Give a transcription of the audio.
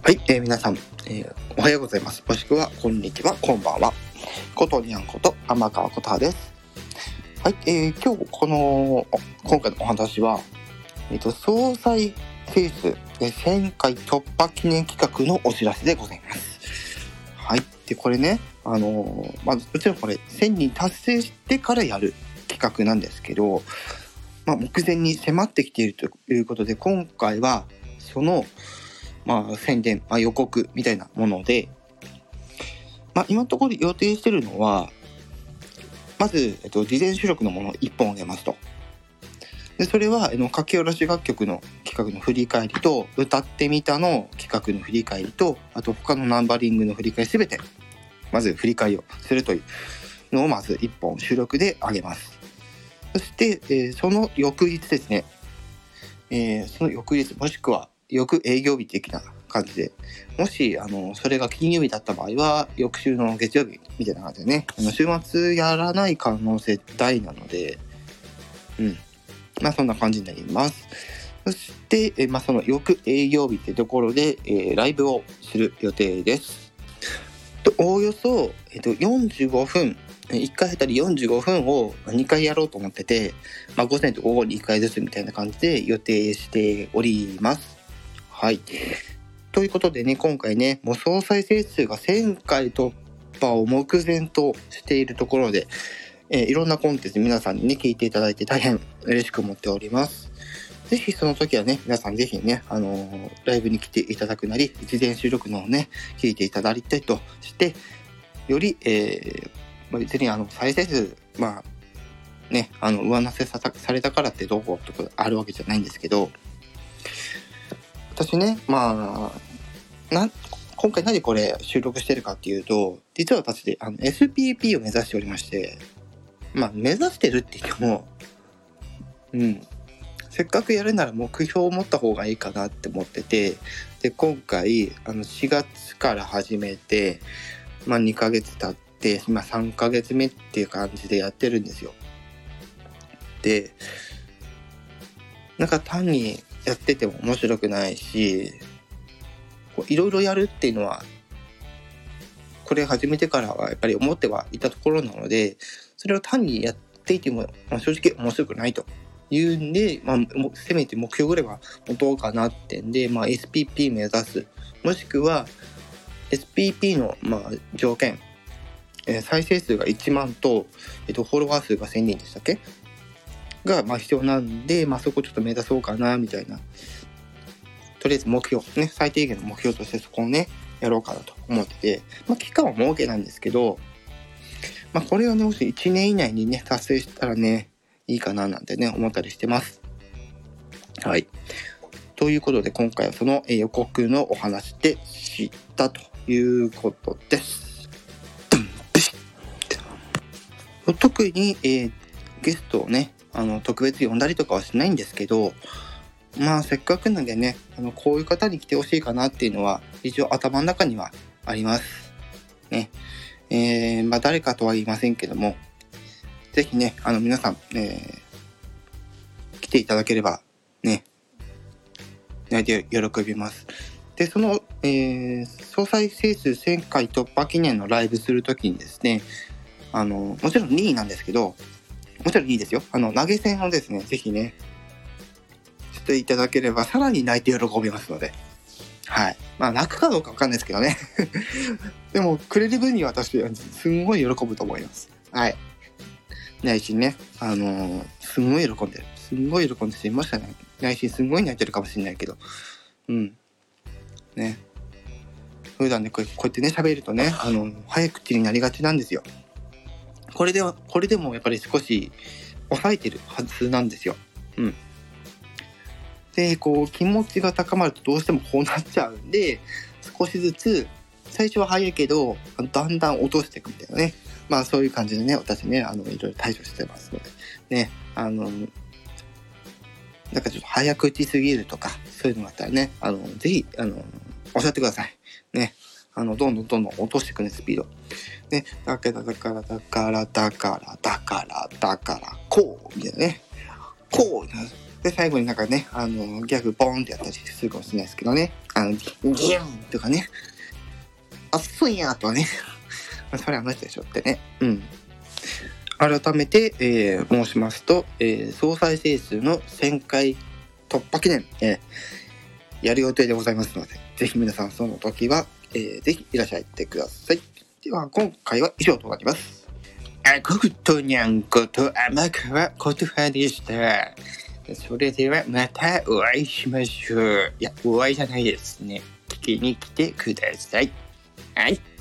はい、皆さん、おはようございます。もしくはこんにちは、こんばんは。ことにゃんこと天川琴葉です。はい、今回のお話は、総裁ペース1000回突破記念企画のお知らせでございます。はい、でこれね、もちろんこれ1000人達成してからやる企画なんですけど、目前に迫ってきているということで、今回はその宣伝、予告みたいなもので、今のところ予定しているのは、まず、事前収録のものを1本あげますと。で、それは、書き下ろし楽曲の企画の振り返りと、歌ってみたの企画の振り返りと、あと他のナンバリングの振り返りすべて、まず振り返りをするというのをまず1本収録であげます。そして、その翌日ですね、その翌日もしくは翌営業日的な感じで、もしそれが金曜日だった場合は翌週の月曜日みたいな感じでね、週末やらない可能性大なので、そんな感じになります。そして、その翌営業日ってところで、ライブをする予定です。おおよそ、45分1回あたり45分を2回やろうと思ってて、午前と午後に1回ずつみたいな感じで予定しております。はい。ということでね、今回ね、もう総再生数が1000回突破を目前としているところで、いろんなコンテンツ皆さんにね、聞いていただいて大変嬉しく思っております。ぜひその時はね、皆さんぜひね、ライブに来ていただくなり、事前収録のをね、聞いていただきたいとして、より、別に再生数、上乗せされたからってどうこうとかあるわけじゃないんですけど、私ね、今回何これ収録してるかっていうと、実は私でSPP を目指しておりまして、目指してるって言っても、せっかくやるなら目標を持った方がいいかなって思ってて、で今回4月から始めて、2ヶ月経って今3ヶ月目っていう感じでやってるんですよ。で、単にやってても面白くないし、いろいろやるっていうのはこれ始めてからはやっぱり思ってはいたところなので、それを単にやっていても、正直面白くないというんで、せめて目標ぐらいは持とうかなってんで、SPP 目指す、もしくは SPP の条件、再生数が1万と、フォロワー数が1000人でしたっけが必要なんで、そこちょっと目指そうかなみたいな、とりあえず目標ね、最低限の目標としてそこをねやろうかなと思ってて、期間は設けなんですけど、これをねもし1年以内にね達成したらねいいかななんてね思ったりしてます。はい。ということで今回はその予告のお話でしたということです。特に、ゲストをね特別呼んだりとかはしないんですけど、せっかくなんでねこういう方に来てほしいかなっていうのは一応頭の中にはありますね。誰かとは言いませんけども、ぜひね皆さん、来ていただければね喜びます。でその、総再生数1000回突破記念のライブするときにですね、もちろん2位なんですけど、もちろんいいですよ。投げ銭をですね、ぜひね、していただければ、さらに泣いて喜びますので。はい。泣くかどうかわかんないですけどね。でも、くれる分には私はすんごい喜ぶと思います。はい。内心ね、すんごい喜んでる。すんごい喜んでしましたね。内心すんごい泣いてるかもしれないけど。ね。普段ね、こうやってね、喋るとね、早口になりがちなんですよ。これでもやっぱり少し抑えてるはずなんですよ。で、気持ちが高まるとどうしてもこうなっちゃうんで、少しずつ、最初は早いけど、だんだん落としていくみたいなね。そういう感じでね、私ね、いろいろ対処してますので、ね、ちょっと早口すぎるとか、そういうのがあったらね、ぜひ、おっしゃってください。ね。どんどん落としていくね、スピード。ね、だから、こうみたいなね。 こうで、最後になんかね、ギャグポーンってやったりするかもしれないですけどね。ギュンとかね。あっそいやとかね。それはの人でしょってね。改めて、申しますと、総再生数の1000回突破記念、やる予定でございますので、ぜひ皆さんその時は、ぜひいらっしゃってください。では、今回は以上となります。ことにゃんこと天川ことはでした。それではまたお会いしましょう。いや、お会いじゃないですね。聞きに来てください。はい。